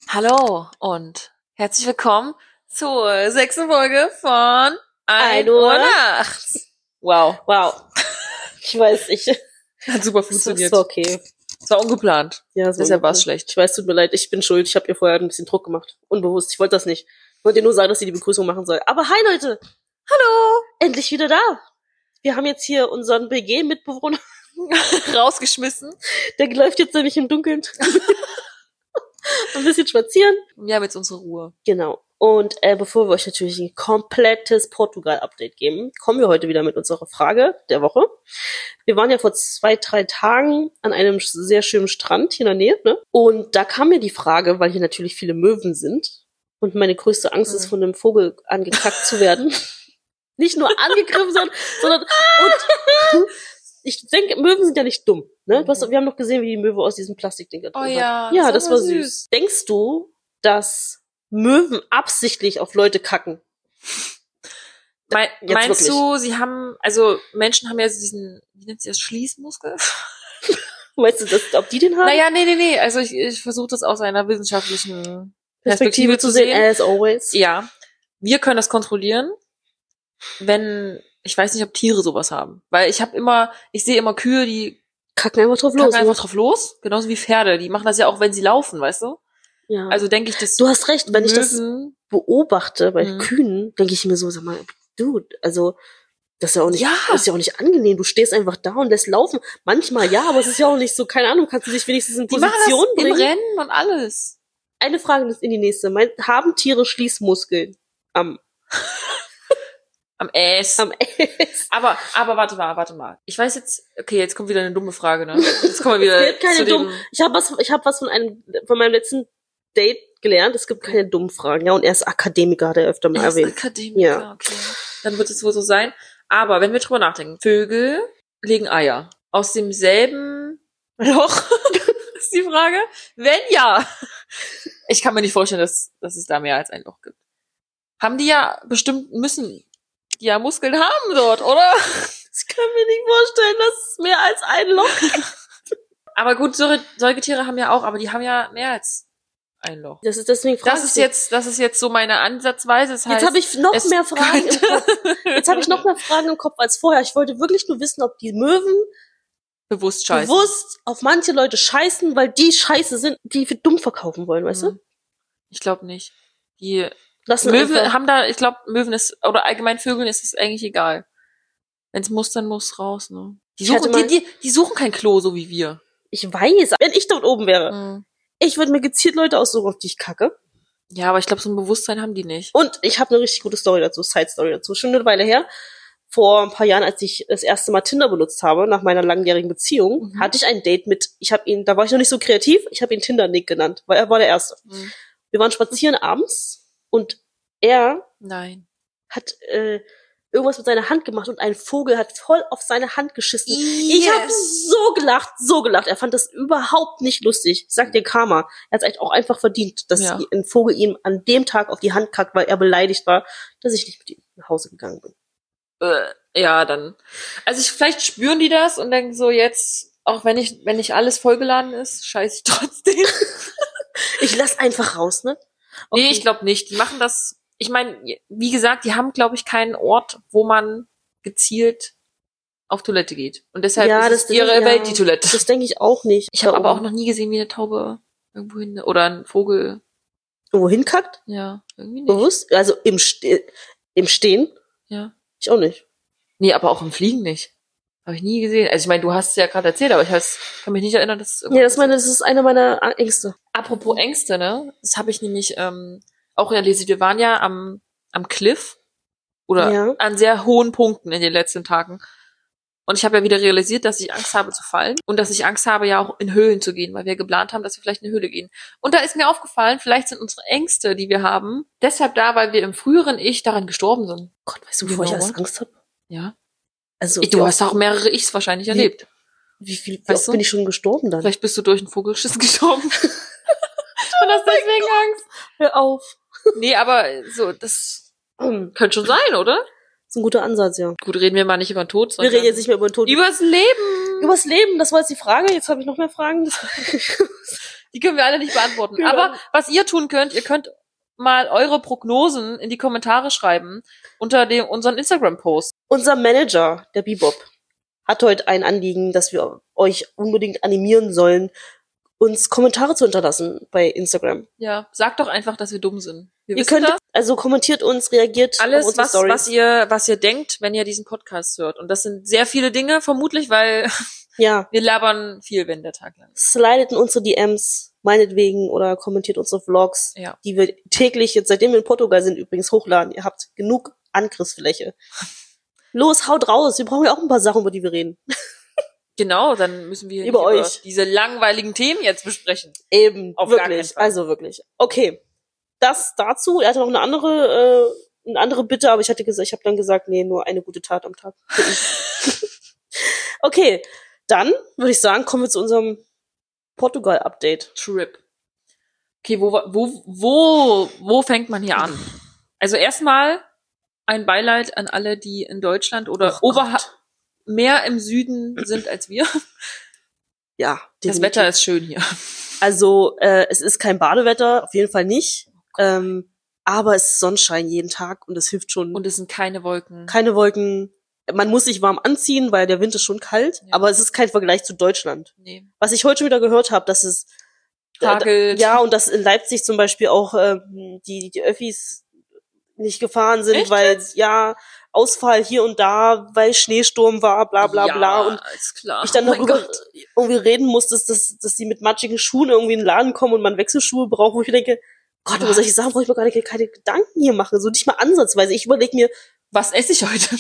Hallo und herzlich willkommen zur 6. Folge von 1 Uhr Uhr nachts. Wow. Ich weiß, Hat super das funktioniert. war okay. Es war ungeplant. Ja, so Deshalb war es schlecht. Ich weiß, tut mir leid, ich bin schuld. Ich habe ihr vorher ein bisschen Druck gemacht. Unbewusst. Ich wollte das nicht. Ich wollte ihr nur sagen, dass sie die Begrüßung machen soll. Aber hi Leute! Hallo! Endlich wieder da! Wir haben jetzt hier unseren BG-Mitbewohner. Rausgeschmissen. Der läuft jetzt nämlich im Dunkeln. Ein bisschen spazieren. Wir haben jetzt unsere Ruhe. Genau. Und bevor wir euch natürlich ein komplettes Portugal-Update geben, kommen wir heute wieder mit unserer Frage der Woche. Wir waren ja vor 2-3 Tagen an einem sehr schönen Strand hier in der Nähe, ne? Und da kam mir die Frage, weil hier natürlich viele Möwen sind und meine größte Angst ist, von einem Vogel angekackt zu werden. Nicht nur angegriffen, sondern und ich denke, Möwen sind ja nicht dumm, ne? Wir haben noch gesehen, wie die Möwe aus diesem Plastikding Oh ja. Ja, das war süß. Denkst du, dass Möwen absichtlich auf Leute kacken? Meinst wirklich. du, also Menschen haben ja diesen, wie nennt sie das, Schließmuskel? Weißt du, ob die den haben? Naja, nee. Also ich versuche das aus einer wissenschaftlichen Perspektive zu sehen. As always. Ja. Wir können das kontrollieren, ich weiß nicht, ob Tiere sowas haben. Weil ich sehe immer Kühe, die Kacken einfach drauf los. Genauso wie Pferde. Die machen das ja auch, wenn sie laufen, weißt du? Ja. Also denke ich, dass Du hast recht, wenn ich das Möwen, beobachte bei Kühen, denke ich mir so, sag mal, Dude, also das ist ja auch nicht angenehm. Du stehst einfach da und lässt laufen. Manchmal ja, aber es ist ja auch nicht so, keine Ahnung, kannst du dich wenigstens in die machen Position das bringen? im Rennen und alles. Eine Frage in die nächste. Haben Tiere Schließmuskeln am Ass. Aber warte mal. Ich weiß jetzt, okay, jetzt kommt wieder eine dumme Frage, ne? Jetzt kommen wir wieder zu dem... Ich habe was von meinem letzten Date gelernt. Es gibt keine dummen Fragen. Ja, und er ist Akademiker, hat er öfter mal erwähnt. Akademiker, ja. Okay. Dann wird es wohl so sein. Aber wenn wir drüber nachdenken, Vögel legen Eier aus demselben Loch, ist die Frage. Wenn ja, ich kann mir nicht vorstellen, dass es da mehr als ein Loch gibt. Haben die ja bestimmt, müssen die ja Muskeln haben dort, oder? Ich kann mir nicht vorstellen, dass es mehr als ein Loch gibt. Aber gut, Säugetiere haben ja auch, aber die haben ja mehr als ein Loch. Das ist deswegen Das ist jetzt so meine Ansatzweise. Das heißt, jetzt habe ich noch mehr Fragen im Kopf. Jetzt habe ich noch mehr Fragen im Kopf als vorher. Ich wollte wirklich nur wissen, ob die Möwen bewusst auf manche Leute scheißen, weil die scheiße sind, die für dumm verkaufen wollen, weißt du? Ich glaube nicht. Die Möwen haben da, ich glaube, Möwen ist, oder allgemein Vögeln ist es eigentlich egal. Wenn's muss, dann muss raus, ne? Die suchen kein Klo, so wie wir. Ich weiß, wenn ich dort oben wäre, ich würde mir gezielt Leute aussuchen, auf die ich kacke. Ja, aber ich glaube, so ein Bewusstsein haben die nicht. Und ich habe eine richtig gute Side-Story dazu. Schon eine Weile her, vor ein paar Jahren, als ich das erste Mal Tinder benutzt habe, nach meiner langjährigen Beziehung, hatte ich ein Date da war ich noch nicht so kreativ, ich habe ihn Tinder-Nick genannt, weil er war der Erste. Wir waren spazieren abends und er hat irgendwas mit seiner Hand gemacht und ein Vogel hat voll auf seine Hand geschissen. Yes. Ich habe so gelacht. Er fand das überhaupt nicht lustig. Ich sag dir Karma. Er hat es auch einfach verdient, dass ein Vogel ihm an dem Tag auf die Hand kackt, weil er beleidigt war, dass ich nicht mit ihm nach Hause gegangen bin. Ja, dann. Also vielleicht spüren die das und denken so, jetzt, auch wenn nicht alles vollgeladen ist, scheiße ich trotzdem. Ich lass einfach raus, ne? Okay. Nee, ich glaube nicht. Die machen das. Ich meine, wie gesagt, die haben, glaube ich, keinen Ort, wo man gezielt auf Toilette geht. Und deshalb ist ihre Welt die Toilette. Das denke ich auch nicht. Ich habe aber auch noch nie gesehen, wie eine Taube irgendwo hin, oder ein Vogel irgendwo hinkackt? Ja, irgendwie nicht. Bewusst? Also im Stehen? Ja. Ich auch nicht. Nee, aber auch im Fliegen nicht. Habe ich nie gesehen. Also ich meine, du hast es ja gerade erzählt, aber kann mich nicht erinnern, dass das ist eine meiner Ängste. Apropos Ängste, ne? Das habe ich nämlich auch realisiert. Wir waren ja am Cliff oder an sehr hohen Punkten in den letzten Tagen. Und ich habe ja wieder realisiert, dass ich Angst habe zu fallen und dass ich Angst habe, ja auch in Höhlen zu gehen, weil wir geplant haben, dass wir vielleicht in eine Höhle gehen. Und da ist mir aufgefallen, vielleicht sind unsere Ängste, die wir haben, deshalb da, weil wir im früheren Ich daran gestorben sind. Gott, weißt du, bevor ich alles Angst habe? Ja. Also du hast auch mehrere Ichs wahrscheinlich erlebt. Wie oft bin ich schon gestorben dann? Vielleicht bist du durch einen Vogelschiss gestorben. Und hast deswegen Angst. Hör auf. Nee, aber so, das könnte schon sein, oder? Das ist ein guter Ansatz, ja. Gut, reden wir mal nicht über den Tod, sondern wir reden jetzt nicht mehr über den Tod. Übers Leben. Übers Leben, das war jetzt die Frage. Jetzt habe ich noch mehr Fragen. Die können wir alle nicht beantworten. Ja. Aber was ihr tun könnt, ihr könnt mal eure Prognosen in die Kommentare schreiben unter unseren Instagram-Post. Unser Manager, der Bebop, hat heute ein Anliegen, dass wir euch unbedingt animieren sollen, uns Kommentare zu hinterlassen bei Instagram. Ja, sagt doch einfach, dass wir dumm sind. Ihr könnt das. Also kommentiert uns, reagiert alles, auf unsere Stories. was ihr denkt, wenn ihr diesen Podcast hört. Und das sind sehr viele Dinge, vermutlich, weil wir labern viel, wenn der Tag lang ist. Slidet in unsere DMs, meinetwegen, oder kommentiert unsere Vlogs, die wir täglich, jetzt seitdem wir in Portugal sind, übrigens hochladen. Ihr habt genug Angriffsfläche. Los, haut raus. Wir brauchen ja auch ein paar Sachen, über die wir reden. Genau, dann müssen wir über diese langweiligen Themen jetzt besprechen. Eben, auf wirklich, also wirklich. Okay, das dazu. Er hatte noch eine andere Bitte, aber ich habe dann gesagt, nee, nur eine gute Tat am Tag. Okay, dann würde ich sagen, kommen wir zu unserem Portugal-Update. Trip. Okay, wo fängt man hier an? Also erstmal ein Beileid an alle, die in Deutschland oder mehr im Süden sind als wir. Ja, definitiv. Das Wetter ist schön hier. Also es ist kein Badewetter, auf jeden Fall nicht. Aber es ist Sonnenschein jeden Tag und es hilft schon. Und es sind keine Wolken. Keine Wolken. Man muss sich warm anziehen, weil der Wind ist schon kalt. Ja. Aber es ist kein Vergleich zu Deutschland. Nee. Was ich heute schon wieder gehört habe, dass es hagelt. Ja, und dass in Leipzig zum Beispiel auch die Öffis nicht gefahren sind. Echt? Weil Ausfall hier und da, weil Schneesturm war, bla bla bla. Und ist klar. ich dann darüber irgendwie reden musste, dass sie mit matschigen Schuhen irgendwie in den Laden kommen und man Wechselschuhe braucht, wo ich denke, Gott, über solche Sachen brauche ich mir gar keine Gedanken hier machen, so nicht mal ansatzweise. Ich überlege mir, was esse ich heute?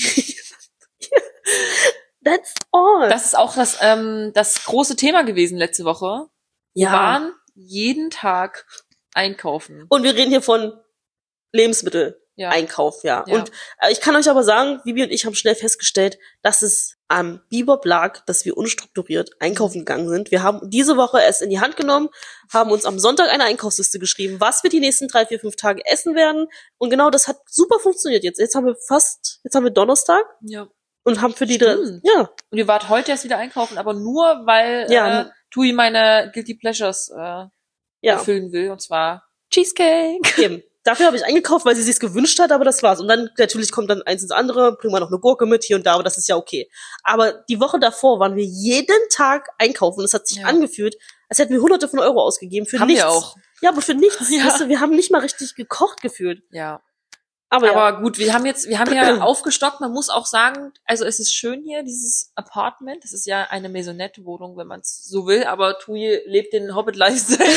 That's all. Das ist auch das große Thema gewesen letzte Woche. Wir waren jeden Tag einkaufen. Und wir reden hier von Lebensmittel-Einkauf, ja. Und ich kann euch aber sagen, Bibi und ich haben schnell festgestellt, dass es am Bebop lag, dass wir unstrukturiert einkaufen gegangen sind. Wir haben diese Woche es in die Hand genommen, haben uns am Sonntag eine Einkaufsliste geschrieben, was wir die nächsten 3, 4, 5 Tage essen werden. Und genau das hat super funktioniert jetzt. Jetzt haben wir Donnerstag. Ja. Und haben für die Und ihr wart heute erst wieder einkaufen, aber nur, weil Tui meine Guilty Pleasures erfüllen will, und zwar Cheesecake. Eben. Dafür habe ich eingekauft, weil sie sich's gewünscht hat, aber das war's. Und dann natürlich kommt dann eins ins andere, bringen wir noch eine Gurke mit hier und da, aber das ist ja okay. Aber die Woche davor waren wir jeden Tag einkaufen. Es hat sich angefühlt, als hätten wir Hunderte von Euro ausgegeben für nichts. Haben wir auch. Ja, aber für nichts. Ja. Weißt du, wir haben nicht mal richtig gekocht gefühlt. Ja. Aber gut, wir haben ja aufgestockt. Man muss auch sagen, also es ist schön hier, dieses Apartment. Das ist ja eine Maisonette-Wohnung, wenn man es so will, aber Tui lebt den Hobbit-Lifestyle.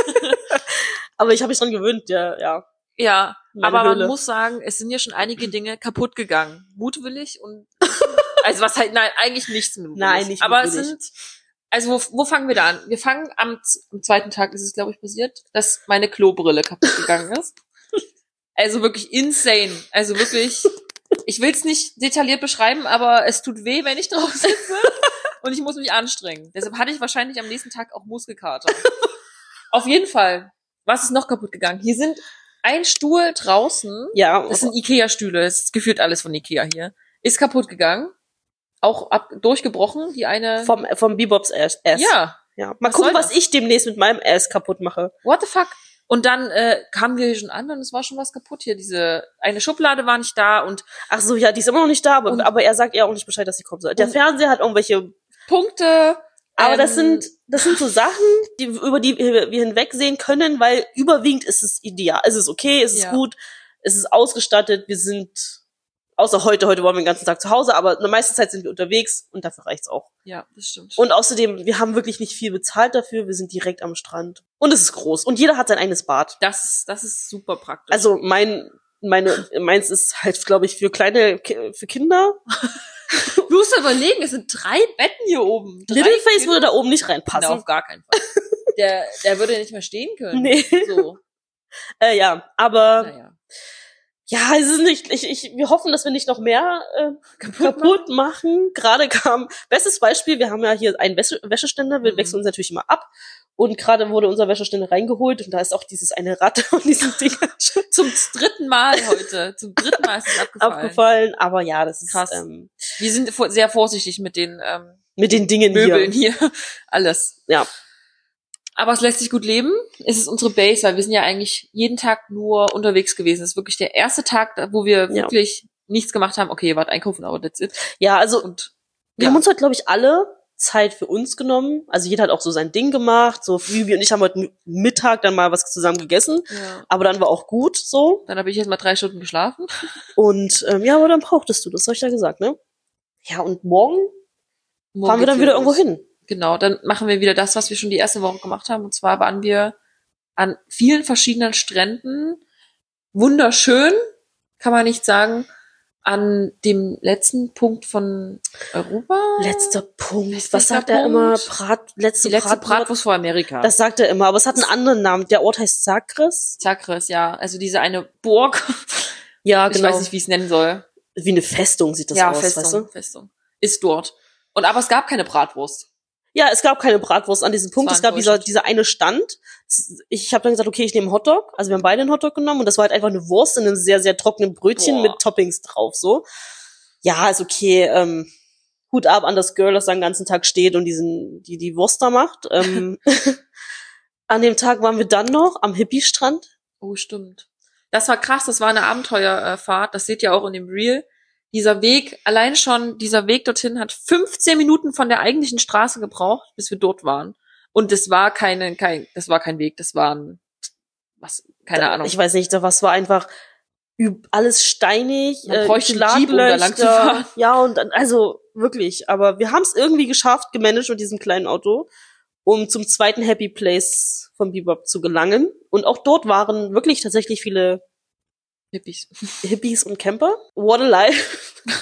Aber ich habe mich dran gewöhnt, ja. Ja, aber Höhle. Man muss sagen, es sind ja schon einige Dinge kaputt gegangen. Mutwillig und also was halt, nein, eigentlich nichts mutwillig. Nein, nicht aber mutwillig. Es sind, also wo fangen wir da an? Wir fangen am zweiten Tag, ist es glaube ich passiert, dass meine Klobrille kaputt gegangen ist. Also wirklich insane. Also wirklich, ich will es nicht detailliert beschreiben, aber es tut weh, wenn ich drauf sitze und ich muss mich anstrengen. Deshalb hatte ich wahrscheinlich am nächsten Tag auch Muskelkater. Auf jeden Fall. Was ist noch kaputt gegangen? Hier sind ein Stuhl draußen. Ja. Das sind Ikea-Stühle. Das ist gefühlt alles von Ikea hier. Ist kaputt gegangen. Auch durchgebrochen. Die eine. Vom Bebops Ass. Ja. Mal gucken, was ich demnächst mit meinem Ass kaputt mache. What the fuck? Und dann kamen wir hier schon an und es war schon was kaputt hier. Diese eine Schublade war nicht da und. Ach so, ja, die ist immer noch nicht da, aber er sagt ja auch nicht Bescheid, dass sie kommen soll. Der Fernseher hat irgendwelche Punkte. Aber das sind so Sachen, über die wir hinwegsehen können, weil überwiegend ist es ideal. Es ist okay, es ist gut, es ist ausgestattet, wir sind, außer heute waren wir den ganzen Tag zu Hause, aber in der meisten Zeit sind wir unterwegs und dafür reicht's auch. Ja, das stimmt. Und außerdem, wir haben wirklich nicht viel bezahlt dafür, wir sind direkt am Strand. Und es ist groß. Und jeder hat sein eigenes Bad. Das ist super praktisch. Also meins ist halt, glaube ich, für Kinder. Du musst überlegen, es sind 3 Betten hier oben. Littleface würde da oben nicht reinpassen. Nein, auf gar keinen Fall. Der würde nicht mehr stehen können. Nee. So. Ja, aber ja, es ist nicht, wir hoffen, dass wir nicht noch mehr kaputt machen. Gerade bestes Beispiel, wir haben ja hier einen Wäscheständer, wir wechseln uns natürlich immer ab. Und gerade wurde unser Wäscheständer reingeholt und da ist auch dieses eine Rad von diesen Dingern zum 3. Mal heute. Zum 3. Mal ist es abgefallen. Aber ja, das ist krass. Wir sind sehr vorsichtig mit den Dingen Möbeln hier. Alles. Ja. Aber es lässt sich gut leben. Es ist unsere Base, weil wir sind ja eigentlich jeden Tag nur unterwegs gewesen. Es ist wirklich der erste Tag, wo wir wirklich nichts gemacht haben. Okay, ihr wart einkaufen, aber that's it. Ja, also wir haben uns halt, glaube ich, alle Zeit für uns genommen. Also jeder hat auch so sein Ding gemacht. So Vivi und ich haben heute Mittag dann mal was zusammen gegessen. Ja. Aber dann war auch gut so. Dann habe ich jetzt mal 3 Stunden geschlafen. Und aber dann brauchtest du, das habe ich ja gesagt, ne? Ja, und morgen fahren wir dann wieder irgendwo hin. Genau, dann machen wir wieder das, was wir schon die erste Woche gemacht haben. Und zwar waren wir an vielen verschiedenen Stränden. Wunderschön, kann man nicht sagen. An dem letzten Punkt von Europa. Letzter Punkt. Was sagt er immer? Letzte Bratwurst vor Amerika. Das sagt er immer, aber es hat einen anderen Namen. Der Ort heißt Zagres. Zagres, ja. Also diese eine Burg. Ja, genau. Ich weiß nicht, wie ich es nennen soll. Wie eine Festung sieht das aus, Festung, weißt du? Festung. Ist dort. Aber es gab keine Bratwurst. Ja, es gab keine Bratwurst an diesem Punkt. Es gab dieser eine Stand. Ich habe dann gesagt, okay, ich nehme einen Hotdog. Also wir haben beide einen Hotdog genommen und das war halt einfach eine Wurst in einem sehr, sehr trockenen Brötchen mit Toppings drauf, so. Ja, ist okay. Hut ab an das Girl, das da den ganzen Tag steht und die Wurst da macht. An dem Tag waren wir dann noch am Hippie-Strand. Oh, stimmt. Das war krass, das war eine Abenteuerfahrt. Das seht ihr auch in dem Reel. Dieser Weg dorthin hat 15 Minuten von der eigentlichen Straße gebraucht, bis wir dort waren. Und das war kein Weg, das war keine Ahnung. Ich weiß nicht, was war einfach alles steinig, man bräuchte einen Jeep, um da lang zu fahren. Ja, und dann, also wirklich, aber wir haben es irgendwie geschafft, gemanagt mit diesem kleinen Auto, um zum zweiten Happy Place von Bebop zu gelangen. Und auch dort waren wirklich tatsächlich viele Hippies und Camper. What a life.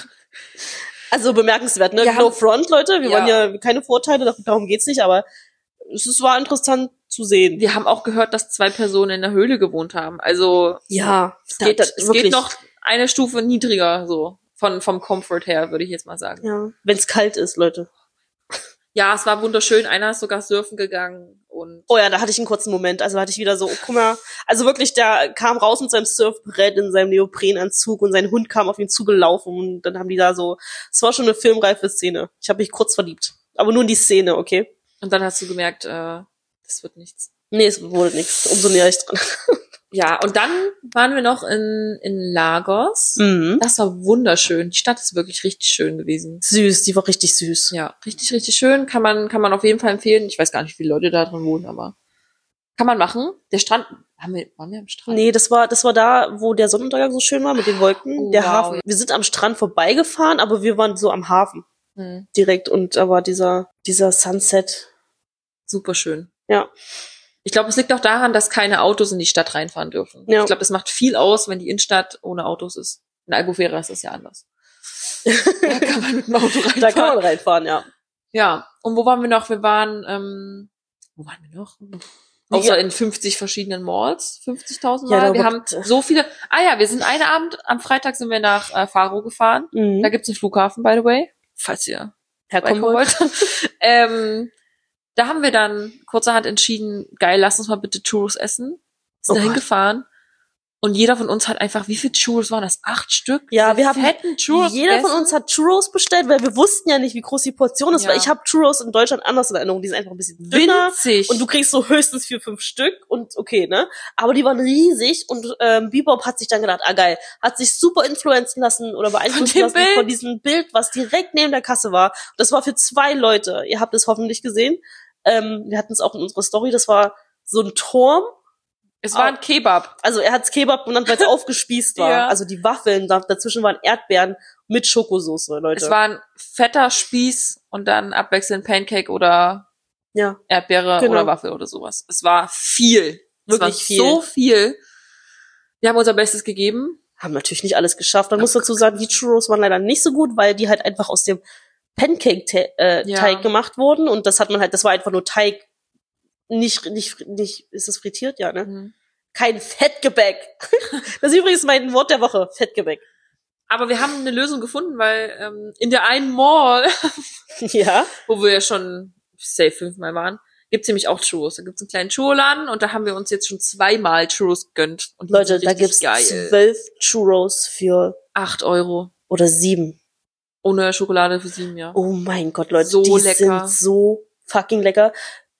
Also bemerkenswert, ne? No front, Leute. Wir wollen ja keine Vorteile, darum geht's nicht, aber es war interessant zu sehen. Wir haben auch gehört, dass 2 Personen in der Höhle gewohnt haben. Also es geht noch eine Stufe niedriger, so vom Comfort her, würde ich jetzt mal sagen. Ja, wenn's kalt ist, Leute. Ja, es war wunderschön. Einer ist sogar surfen gegangen und. Oh ja, da hatte ich einen kurzen Moment. Also da hatte ich wieder so, guck mal. Also wirklich, der kam raus mit seinem Surfbrett in seinem Neoprenanzug und sein Hund kam auf ihn zugelaufen und dann haben die da so, es war schon eine filmreife Szene. Ich habe mich kurz verliebt. Aber nur in die Szene, okay? Und dann hast du gemerkt, das wird nichts. Nee, es wurde nichts. Umso näher ich dran. Ja, und dann waren wir noch in Lagos. Mhm. Das war wunderschön. Die Stadt ist wirklich richtig schön gewesen. Süß, die war richtig süß. Ja, richtig, richtig schön. Kann man auf jeden Fall empfehlen. Ich weiß gar nicht, wie viele Leute da drin wohnen, aber kann man machen. Der Strand, waren wir am Strand? Nee, das war da, wo der Sonnenuntergang so schön war mit den Wolken. Oh, der Hafen. Wir sind am Strand vorbeigefahren, aber wir waren so am Hafen. Direkt und da war dieser Sunset. Super schön. Ja. Ich glaube, es liegt auch daran, dass keine Autos in die Stadt reinfahren dürfen. Ja. Ich glaube, das macht viel aus, wenn die Innenstadt ohne Autos ist. In Albufeira ist das ja anders. Da kann man mit dem Auto reinfahren. Da kann man reinfahren, ja. Ja, und wo waren wir noch? Wir waren, wo waren wir noch? Außer in 50 verschiedenen Malls, 50.000 Mal. Ja, wir haben so viele. Wir sind einen Abend, am Freitag sind wir nach Faro gefahren. Mhm. Da gibt's einen Flughafen, by the way, falls ihr herkommen wollt. Da haben wir dann kurzerhand entschieden, geil, lass uns mal bitte Churros essen. Sind dahin gefahren. Und jeder von uns hat einfach, wie viele Churros waren das? 8 Stück? Ja, wir haben jeder von uns hat Churros bestellt, weil wir wussten ja nicht, wie groß die Portion ist, weil ich habe Churros in Deutschland anders in Erinnerung. Die sind einfach ein bisschen dünner. Winzig. Und du kriegst so höchstens 4-5 Stück und okay, ne? Aber die waren riesig und Bebop hat sich dann gedacht, geil, hat sich super influenzen lassen oder beeinflussen lassen von diesem Bild, was direkt neben der Kasse war. Das war für 2 Leute. Ihr habt es hoffentlich gesehen. Wir hatten es auch in unserer Story. Das war so ein Turm. Es war ein Kebab. Also er hat's Kebab genannt, weil es aufgespießt war. Ja. Also die Waffeln, dazwischen waren Erdbeeren mit Schokosauce, Leute. Es war ein fetter Spieß und dann abwechselnd Pancake oder Erdbeere oder Waffel oder sowas. Es war viel. Wirklich viel. So viel. Wir haben unser Bestes gegeben. Haben natürlich nicht alles geschafft. Man muss dazu sagen, die Churros waren leider nicht so gut, weil die halt einfach aus dem Pancake-Teig gemacht wurden. Und das war einfach nur Teig. Nicht, ist das frittiert? Ja, ne? Mhm. Kein Fettgebäck. Das ist übrigens mein Wort der Woche. Fettgebäck. Aber wir haben eine Lösung gefunden, weil in der einen Mall, wo wir ja schon safe 5-mal waren, gibt's nämlich auch Churros. Da gibt's einen kleinen Churroladen und da haben wir uns jetzt schon 2-mal Churros gegönnt. Und Leute, da gibt's geil. 12 Churros für 8 Euro. Oder 7. Ohne Schokolade für 7, ja. Oh mein Gott, Leute, so die lecker. sind so fucking lecker.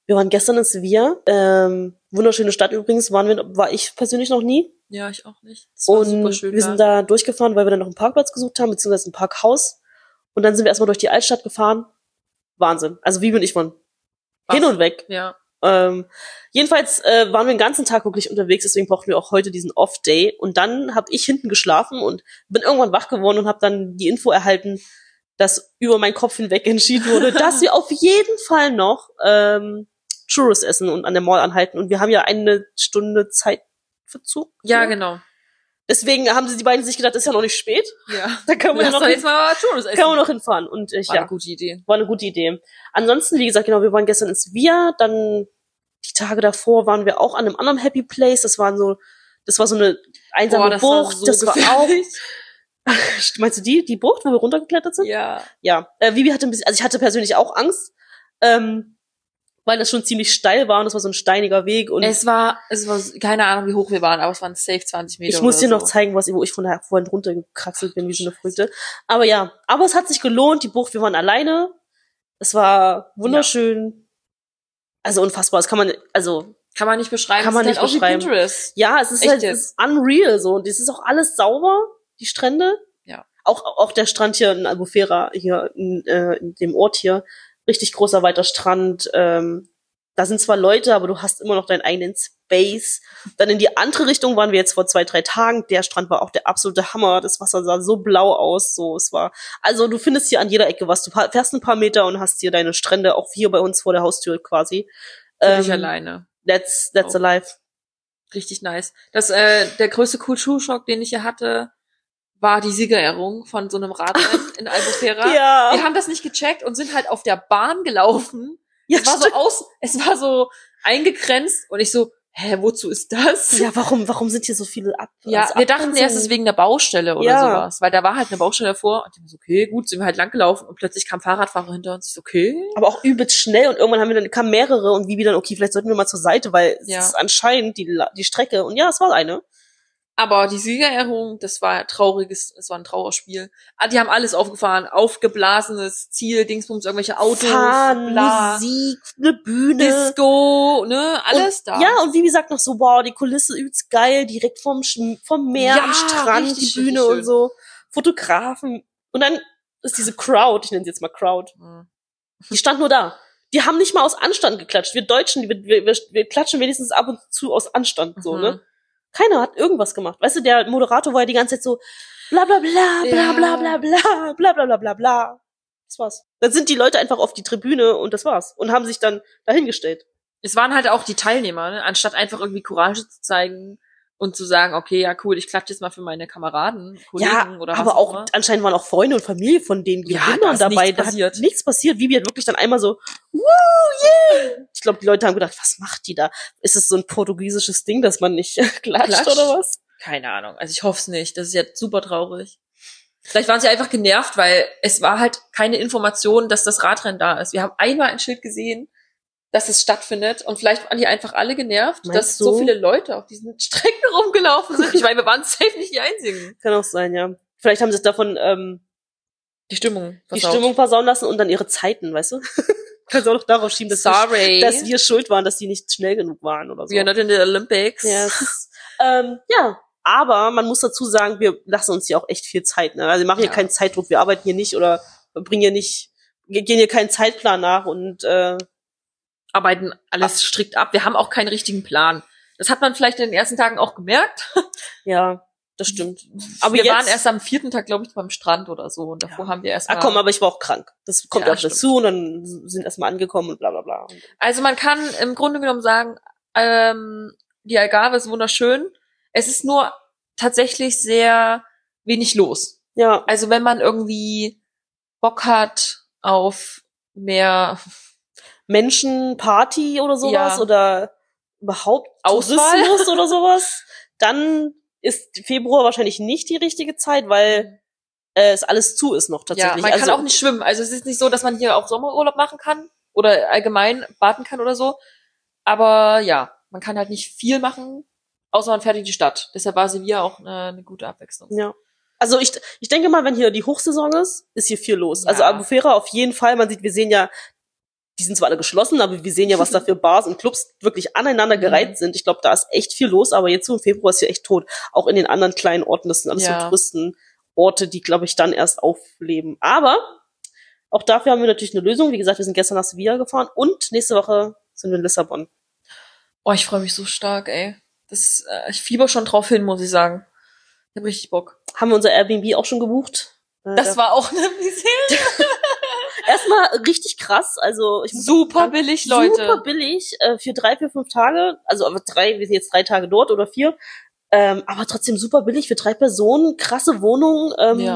Wir waren gestern in Sevilla. Wunderschöne Stadt übrigens. War ich persönlich noch nie. Ja, ich auch nicht. Das war super schön. Wir sind da durchgefahren, weil wir dann noch einen Parkplatz gesucht haben, beziehungsweise ein Parkhaus. Und dann sind wir erstmal durch die Altstadt gefahren. Wahnsinn. Also wie bin ich von hin und weg. Ja. Jedenfalls waren wir den ganzen Tag wirklich unterwegs, deswegen brauchten wir auch heute diesen Off-Day. Und dann habe ich hinten geschlafen und bin irgendwann wach geworden und habe dann die Info erhalten, dass über meinen Kopf hinweg entschieden wurde, dass wir auf jeden Fall noch Churros essen und an der Mall anhalten. Und wir haben ja 1 Stunde Zeitverzug. Ja, genau. Deswegen haben die beiden sich gedacht, ist ja noch nicht spät. Ja. Da können wir noch jetzt mal Churros essen. Kann man noch hinfahren. Und war eine gute Idee. War eine gute Idee. Ansonsten, wie gesagt, genau, wir waren gestern in Sevilla, dann die Tage davor waren wir auch an einem anderen Happy Place. Das war so eine einsame Bucht. Das war auch. Meinst du die Bucht, wo wir runtergeklettert sind? Ja. Ja. Vivi hatte also ich hatte persönlich auch Angst, weil das schon ziemlich steil war und das war so ein steiniger Weg. Und es war keine Ahnung, wie hoch wir waren, aber es waren safe 20 Meter. Ich muss dir noch zeigen, wo ich vorhin runtergekraxelt bin, wie so eine Früchte. Aber ja, es hat sich gelohnt, die Bucht, wir waren alleine. Es war wunderschön. Ja. Also unfassbar, kann man nicht beschreiben. Kann man nicht beschreiben. Pinterest. Ja, es ist halt unreal so. Und es ist auch alles sauber, die Strände. Ja. Auch der Strand hier in Albufera, hier in dem Ort hier. Richtig großer, weiter Strand. Da sind zwar Leute, aber du hast immer noch deinen eigenen Space. Dann in die andere Richtung waren wir jetzt vor 2-3 Tagen. Der Strand war auch der absolute Hammer. Das Wasser sah so blau aus. Also du findest hier an jeder Ecke was. Du fährst ein paar Meter und hast hier deine Strände, auch hier bei uns vor der Haustür quasi. Nicht alleine. That's alive. Richtig nice. Der größte Kulturschock, den ich hier hatte, war die Siegerehrung von so einem Radrennen in Albufera. Ja. Wir haben das nicht gecheckt und sind halt auf der Bahn gelaufen. Ja, es war so eingegrenzt und ich so, wozu ist das? Ja, warum sind hier so viele Ja, wir dachten erst, es ist wegen der Baustelle oder sowas, weil da war halt eine Baustelle davor und ich so, okay, gut, sind wir halt lang gelaufen und plötzlich kam ein Fahrradfahrer hinter uns, ich so, okay. Aber auch übelst schnell und irgendwann kamen mehrere und wie dann, okay, vielleicht sollten wir mal zur Seite, weil es ist anscheinend die Strecke und ja, es war eine. Aber die Siegerehrung, es war ein Trauerspiel. Die haben alles aufgefahren, aufgeblasenes Ziel, Dingsbums, irgendwelche Autos, Musik, eine Bühne, Disco, ne, alles da. Ja, und wie gesagt noch so, wow, die Kulisse übelst geil, direkt vom Meer am Strand, die Bühne und so, Fotografen. Und dann ist diese Crowd, ich nenne sie jetzt mal Crowd, die stand nur da. Die haben nicht mal aus Anstand geklatscht. Wir Deutschen, wir klatschen wenigstens ab und zu aus Anstand, so, ne? Keiner hat irgendwas gemacht. Weißt du, der Moderator war ja die ganze Zeit so bla bla bla, bla bla bla bla, bla bla bla bla bla. Das war's. Dann sind die Leute einfach auf die Tribüne und das war's. Und haben sich dann dahingestellt. Es waren halt auch die Teilnehmer, ne? Anstatt einfach irgendwie Courage zu zeigen und zu sagen, okay, ja cool, ich klatsche jetzt mal für meine Kameraden, Kollegen oder was aber auch immer. Anscheinend waren auch Freunde und Familie von denen Gewinnern dabei. Da hat nichts passiert. Vivi hat wirklich dann einmal so, woo, yeah! Ich glaube, die Leute haben gedacht, was macht die da? Ist es so ein portugiesisches Ding, dass man nicht klatscht oder was? Keine Ahnung. Also ich hoffe es nicht. Das ist jetzt super traurig. Vielleicht waren sie einfach genervt, weil es war halt keine Information, dass das Radrennen da ist. Wir haben einmal ein Schild gesehen, dass es stattfindet. Und vielleicht waren die einfach alle genervt, dass so viele Leute auf diesen Strecken rumgelaufen sind. Ich meine, wir waren safe nicht die Einzigen. Kann auch sein, ja. Vielleicht haben sie es davon die Stimmung versauen lassen und dann ihre Zeiten, weißt du? Kannst du auch noch darauf schieben, dass wir schuld waren, dass die nicht schnell genug waren oder so. We are not in the Olympics. Yes. Aber man muss dazu sagen, wir lassen uns hier auch echt viel Zeit. Ne? Also wir machen hier keinen Zeitdruck, wir arbeiten hier nicht oder gehen hier keinen Zeitplan nach und arbeiten alles strikt ab. Wir haben auch keinen richtigen Plan. Das hat man vielleicht in den ersten Tagen auch gemerkt. Ja, das stimmt. Aber wir waren erst am 4. Tag, glaube ich, beim Strand oder so. Und davor haben wir erstmal... aber ich war auch krank. Das kommt auch dazu und dann sind erstmal angekommen und bla bla bla. Also man kann im Grunde genommen sagen, die Algarve ist wunderschön. Es ist nur tatsächlich sehr wenig los. Ja. Also wenn man irgendwie Bock hat auf mehr Menschen, Party oder sowas oder überhaupt Tourismus oder sowas, dann ist Februar wahrscheinlich nicht die richtige Zeit, weil es alles zu ist noch tatsächlich. Ja, man kann auch nicht schwimmen. Also es ist nicht so, dass man hier auch Sommerurlaub machen kann oder allgemein baden kann oder so. Aber ja, man kann halt nicht viel machen, außer man fährt in die Stadt. Deshalb war Sevilla auch eine gute Abwechslung. Ja. Also ich denke mal, wenn hier die Hochsaison ist hier viel los. Ja. Also Albufera auf jeden Fall. Wir sehen ja die sind zwar alle geschlossen, aber wir sehen ja, was da für Bars und Clubs wirklich aneinander gereiht sind. Ich glaube, da ist echt viel los, aber jetzt so im Februar ist hier echt tot. Auch in den anderen kleinen Orten, das sind alles so Touristenorte, die, glaube ich, dann erst aufleben. Aber auch dafür haben wir natürlich eine Lösung. Wie gesagt, wir sind gestern nach Sevilla gefahren und nächste Woche sind wir in Lissabon. Oh, ich freue mich so stark, ey. Ich fieber schon drauf hin, muss ich sagen. Ich hab richtig Bock. Haben wir unser Airbnb auch schon gebucht? Das war auch eine Misere. Erstmal richtig krass, also super billig, Leute. Super billig für 3, 4, 5 Tage. Also aber wir sind jetzt 3 Tage dort oder 4. Aber trotzdem super billig für 3 Personen, krasse Wohnung.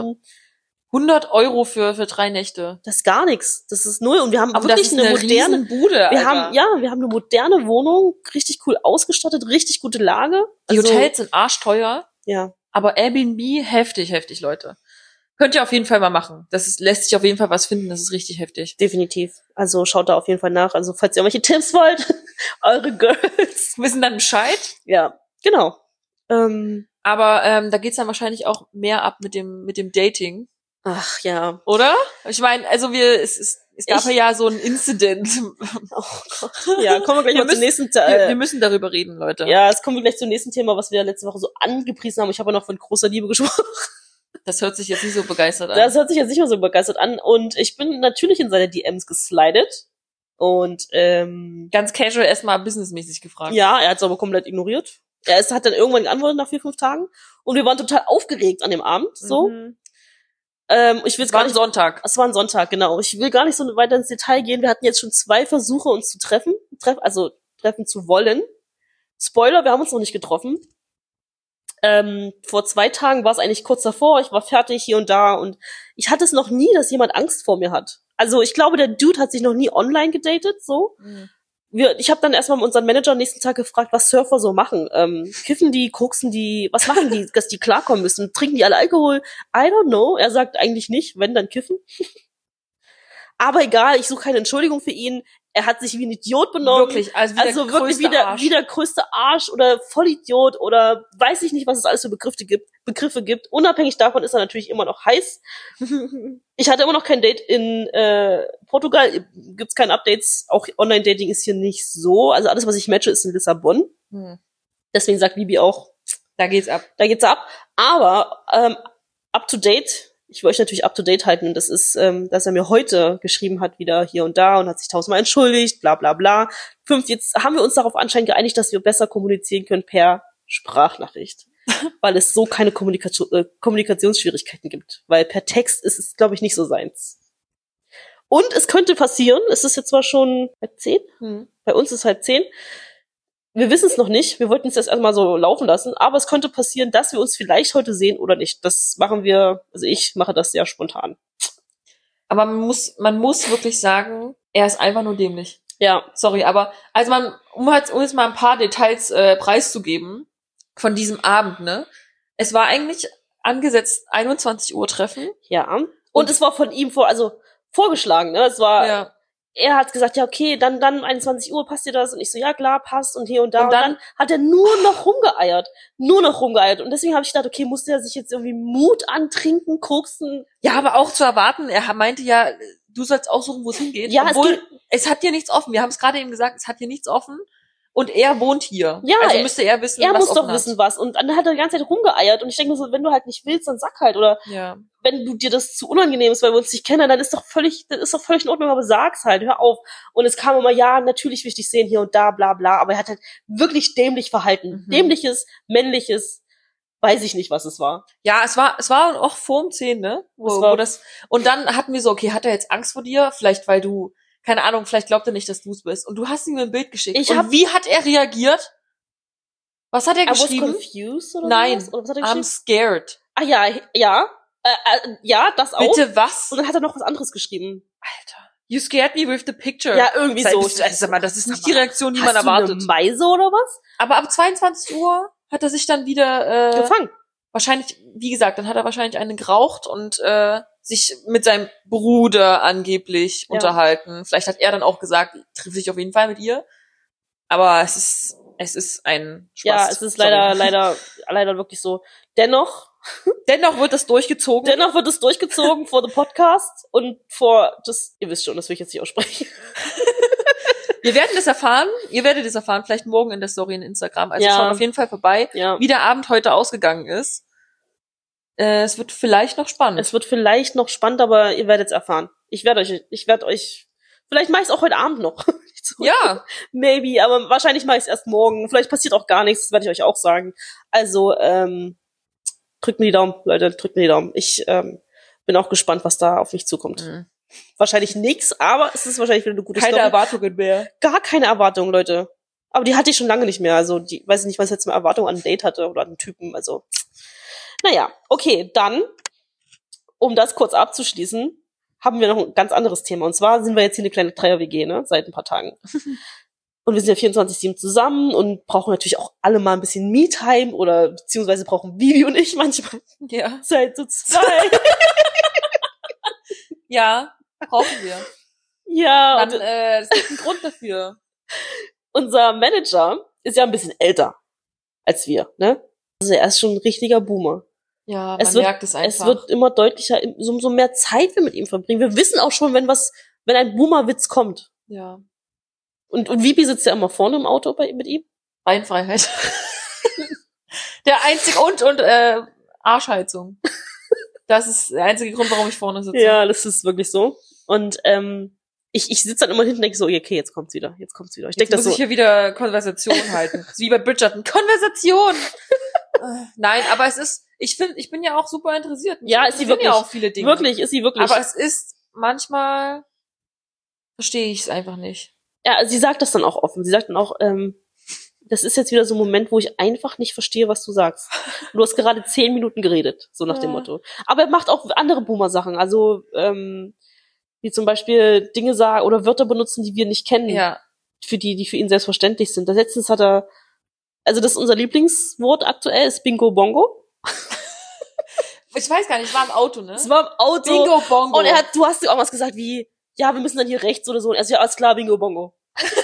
100 € für 3 Nächte. Das ist gar nichts. Das ist null. Und wir haben aber wirklich eine moderne Bude. Wir haben eine moderne Wohnung, richtig cool ausgestattet, richtig gute Lage. Die Hotels sind arschteuer. Ja. Aber Airbnb heftig, Leute. Könnt ihr auf jeden Fall mal machen. Lässt sich auf jeden Fall was finden. Das ist richtig heftig. Definitiv. Also schaut da auf jeden Fall nach. Also falls ihr irgendwelche Tipps wollt, eure Girls wissen dann Bescheid. Ja, genau. Aber da geht's dann wahrscheinlich auch mehr ab mit dem Dating. Ach ja. Oder? Ich meine, also es gab ja so ein Incident. Oh Gott. Ja, kommen wir gleich mal zum nächsten Teil. Wir müssen darüber reden, Leute. Ja, es kommen wir gleich zum nächsten Thema, was wir letzte Woche so angepriesen haben. Ich habe ja noch von großer Liebe gesprochen. Das hört sich jetzt nicht so begeistert an. Das hört sich jetzt nicht mehr so begeistert an. Und ich bin natürlich in seine DMs geslidet. Und ganz casual erstmal businessmäßig gefragt. Ja, er hat es aber komplett ignoriert. Hat dann irgendwann geantwortet nach 4, 5 Tagen. Und wir waren total aufgeregt an dem Abend. So. Es war ein Sonntag. Es war ein Sonntag, genau. Ich will gar nicht so weiter ins Detail gehen. Wir hatten jetzt schon 2 Versuche, uns zu treffen zu wollen. Spoiler, wir haben uns noch nicht getroffen. Vor 2 Tagen war es eigentlich kurz davor. Ich war fertig hier und da und ich hatte es noch nie, dass jemand Angst vor mir hat. Also ich glaube, der Dude hat sich noch nie online gedatet, so. Ich habe dann erstmal unseren Manager am nächsten Tag gefragt, was Surfer so machen. Kiffen die, koksen die, was machen die, dass die klarkommen müssen? Trinken die alle Alkohol? I don't know. Er sagt eigentlich nicht, wenn, dann kiffen. Aber egal, ich suche keine Entschuldigung für ihn. Er hat sich wie ein Idiot benommen. Wirklich, also wirklich wie der größte Arsch oder Vollidiot oder weiß ich nicht, was es alles für Begriffe gibt. Unabhängig davon ist er natürlich immer noch heiß. Ich hatte immer noch kein Date in Portugal. Gibt's keine Updates. Auch Online-Dating ist hier nicht so. Also alles, was ich matche, ist in Lissabon. Deswegen sagt Bibi auch, da geht's ab. Da geht's ab. Aber up to date. Ich will euch natürlich up to date halten. Und das ist, dass er mir heute geschrieben hat, wieder hier und da und hat sich 1000-mal entschuldigt, bla bla bla. Jetzt haben wir uns darauf anscheinend geeinigt, dass wir besser kommunizieren können per Sprachnachricht. Weil es so keine Kommunikationsschwierigkeiten gibt. Weil per Text ist es, glaube ich, nicht so seins. Und es könnte passieren, es ist jetzt zwar schon 10, bei uns ist 10. Wir wissen es noch nicht. Wir wollten es jetzt erstmal so laufen lassen. Aber es könnte passieren, dass wir uns vielleicht heute sehen oder nicht. Das machen wir, also ich mache das sehr spontan. Aber man muss wirklich sagen, er ist einfach nur dämlich. Ja. Sorry, aber also um jetzt mal ein paar Details preiszugeben von diesem Abend, ne? Es war eigentlich angesetzt 21 Uhr Treffen. Ja. Und es war von ihm vorgeschlagen, ne? Es war... Ja. Er hat gesagt, ja, okay, dann 21 Uhr, passt dir das? Und ich so, ja, klar, passt und hier und da. Und dann hat er nur noch rumgeeiert. Und deswegen habe ich gedacht, okay, musste er sich jetzt irgendwie Mut antrinken, koksen? Ja, aber auch zu erwarten, er meinte ja, du sollst aussuchen, wo es hingeht. Ja, obwohl, es hat hier nichts offen. Wir haben es gerade eben gesagt, es hat hier nichts offen. Und er wohnt hier. Ja, also müsste er wissen, was er muss doch wissen, was. Und dann hat er die ganze Zeit rumgeeiert. Und ich denke mir so, wenn du halt nicht willst, dann sag halt. Oder wenn du dir das zu unangenehm ist, weil wir uns nicht kennen, dann ist doch völlig in Ordnung, aber sag's halt, hör auf. Und es kam immer, ja, natürlich will ich dich sehen, hier und da, bla bla. Aber er hat halt wirklich dämlich verhalten. Dämliches, männliches, weiß ich nicht, was es war. Ja, es war auch vor um 10, ne? Und dann hatten wir so, okay, hat er jetzt Angst vor dir? Vielleicht, weil du... Keine Ahnung, vielleicht glaubt er nicht, dass du es bist. Und du hast ihm ein Bild geschickt. Und wie hat er reagiert? Was hat er geschrieben? Was confused oder Nein, was? Oder was hat er I'm scared. Ah ja, ja, das auch. Bitte was? Und dann hat er noch was anderes geschrieben. Alter. You scared me with the picture. Ja, irgendwie so. Das ist nicht die Reaktion, die man erwartet. Hast du eine Meise oder was? Aber ab 22 Uhr hat er sich dann wieder gefangen. Wahrscheinlich, wie gesagt, dann hat er wahrscheinlich einen geraucht und sich mit seinem Bruder angeblich unterhalten. Vielleicht hat er dann auch gesagt, trifft sich auf jeden Fall mit ihr. Aber es ist ein Spaß. Ja, es ist leider wirklich so. Dennoch Dennoch wird es durchgezogen. For the Podcast und ihr wisst schon, das will ich jetzt nicht aussprechen. Wir werden das erfahren. Ihr werdet es erfahren, vielleicht morgen in der Story in Instagram. Also schaut auf jeden Fall vorbei, wie der Abend heute ausgegangen ist. Es wird vielleicht noch spannend. Aber ihr werdet es erfahren. Ich werde euch, vielleicht mache ich es auch heute Abend noch. Ja. Maybe, aber wahrscheinlich mache ich es erst morgen. Vielleicht passiert auch gar nichts, das werde ich euch auch sagen. Also, drückt mir die Daumen, Leute, drückt mir die Daumen. Ich bin auch gespannt, was da auf mich zukommt. Mhm. Wahrscheinlich nix, aber es ist wahrscheinlich wieder eine gute Story. Keine Erwartungen mehr. Gar keine Erwartungen, Leute. Aber die hatte ich schon lange nicht mehr. Also, weiß ich nicht, was ich jetzt mal Erwartungen an ein Date hatte oder an einen Typen. Also, naja, okay, dann, um das kurz abzuschließen, haben wir noch ein ganz anderes Thema. Und zwar sind wir jetzt hier eine kleine Dreier-WG, ne, seit ein paar Tagen. Und wir sind ja 24/7 zusammen und brauchen natürlich auch alle mal ein bisschen Me-Time oder beziehungsweise brauchen Vivi und ich manchmal Zeit zu zweit. Ja, brauchen wir. Ja. Dann, es gibt einen Grund dafür. Unser Manager ist ja ein bisschen älter als wir, ne? Also er ist schon ein richtiger Boomer. Ja, man merkt es einfach. Es wird immer deutlicher, so mehr Zeit wir mit ihm verbringen. Wir wissen auch schon, wenn ein Boomer-Witz kommt. Ja. Und Vibi sitzt ja immer vorne im Auto mit ihm. Beinfreiheit. Der einzige und Arschheizung. Das ist der einzige Grund, warum ich vorne sitze. Ja, das ist wirklich so. Und ich sitze dann immer hinten und denke so, okay, jetzt kommt's wieder. Ich denke das so. Muss ich hier wieder Konversation halten. Wie bei Bridgerton. Konversation! Nein, aber ich bin ja auch super interessiert. Ja, ist sie wirklich. Ja auch viele Dinge. Wirklich, ist sie wirklich. Aber es ist manchmal, verstehe ich es einfach nicht. Ja, sie sagt das dann auch offen. Sie sagt dann auch, das ist jetzt wieder so ein Moment, wo ich einfach nicht verstehe, was du sagst. Du hast gerade 10 Minuten geredet, so nach dem Motto. Aber er macht auch andere Boomer-Sachen, also wie zum Beispiel Dinge sagen oder Wörter benutzen, die wir nicht kennen, die für ihn selbstverständlich sind. Letztens hat er, also das ist unser Lieblingswort aktuell, ist Bingo Bongo. Ich weiß gar nicht, es war im Auto, ne? Es war im Auto. Bingo Bongo. Und du hast auch was gesagt wie, ja, wir müssen dann hier rechts oder so. Und er ist ja, alles klar, Bingo Bongo.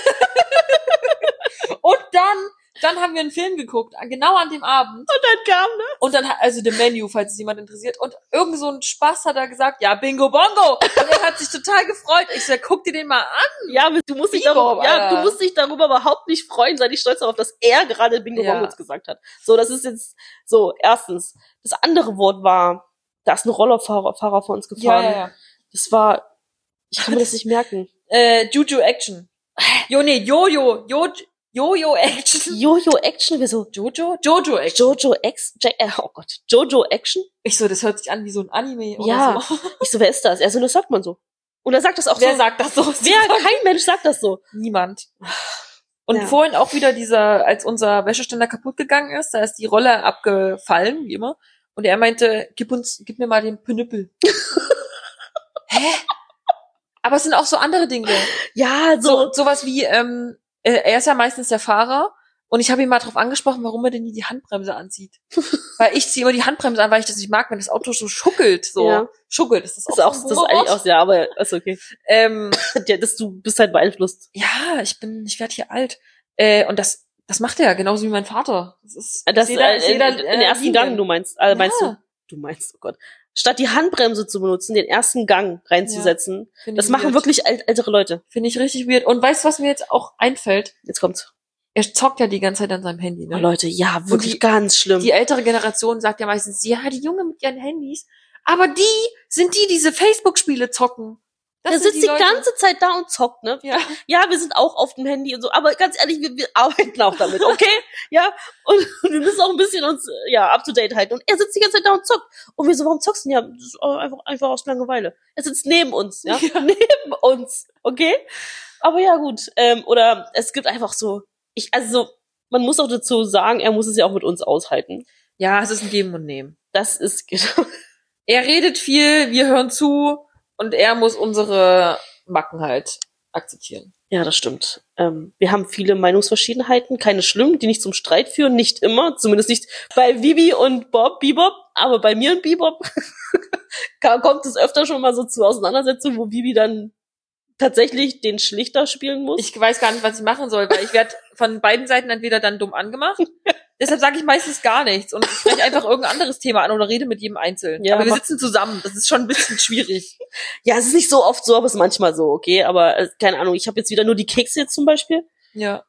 Und dann haben wir einen Film geguckt, genau an dem Abend. Und dann kam, ne? Und dann, also The Menu, falls es jemand interessiert. Und irgend so ein Spaß hat er gesagt, ja, Bingo Bongo. Und er hat sich total gefreut. Ich sag, guck dir den mal an. Ja, du musst dich darüber überhaupt nicht freuen. Sei nicht stolz darauf, dass er gerade Bingo Bongo gesagt hat. So, das ist jetzt, so, erstens. Das andere Wort war, da ist ein Rollerfahrer vor uns gefahren. Ja. Das war, ich kann mir das nicht merken. Juju Action. Jojo Action. Jojo Action, wieso? Jojo Action. Oh Gott. Jojo Action? Ich so, das hört sich an wie so ein Anime oder so. Ich so, wer ist das? Also, das sagt man so. Und er sagt das auch Wer sagt das so? Kein Mensch sagt das so. Niemand. Und vorhin auch wieder als unser Wäscheständer kaputt gegangen ist, da ist die Rolle abgefallen, wie immer. Und er meinte, gib mir mal den Pinüppel. Hä? Aber es sind auch so andere Dinge. Ja, sowas wie, er ist ja meistens der Fahrer und ich habe ihn mal drauf angesprochen, warum er denn nie die Handbremse anzieht. Weil ich ziehe immer die Handbremse an, weil ich das nicht mag, wenn das Auto so schuckelt. Schuckelt, ist das auch so ein eigentlich auch, ja, aber ist okay. Du bist halt beeinflusst. Ja, ich werde hier alt. Und das macht er, genauso wie mein Vater. In den ersten Gang, du meinst. Meinst du? Du meinst, oh Gott. Statt die Handbremse zu benutzen, den ersten Gang reinzusetzen. Das machen wirklich ältere Leute. Finde ich richtig weird. Und weißt du, was mir jetzt auch einfällt? Jetzt kommt's. Er zockt ja die ganze Zeit an seinem Handy, ne? Oh Leute, ja, wirklich ganz schlimm. Die ältere Generation sagt ja meistens, ja, die Jungen mit ihren Handys. Aber die sind diese Facebook-Spiele zocken. Der sitzt die ganze Zeit da und zockt, ne? Ja, wir sind auch auf dem Handy und so, aber ganz ehrlich, wir arbeiten auch damit, okay? Ja, und wir müssen auch ein bisschen uns, up to date halten. Und er sitzt die ganze Zeit da und zockt. Und wir so, warum zockst du denn? Ja, das ist einfach aus Langeweile. Er sitzt neben uns, ja? Neben uns, okay? Aber ja, gut, oder es gibt einfach so, man muss auch dazu sagen, er muss es ja auch mit uns aushalten. Ja, es ist ein Geben und Nehmen. Das ist, er redet viel, wir hören zu. Und er muss unsere Macken halt akzeptieren. Ja, das stimmt. Wir haben viele Meinungsverschiedenheiten, keine schlimmen, die nicht zum Streit führen, nicht immer, zumindest nicht bei Vivi und Bebop, aber bei mir und Bebop kommt es öfter schon mal so zu Auseinandersetzungen, wo Vivi dann tatsächlich den Schlichter spielen muss. Ich weiß gar nicht, was ich machen soll, weil ich werde von beiden Seiten entweder dann dumm angemacht. Deshalb sage ich meistens gar nichts und spreche einfach irgendein anderes Thema an oder rede mit jedem einzeln. Ja, aber wir sitzen zusammen. Das ist schon ein bisschen schwierig. Ja, es ist nicht so oft so, aber es ist manchmal so, okay? Aber keine Ahnung, ich habe jetzt wieder nur die Kekse jetzt zum Beispiel. Ja.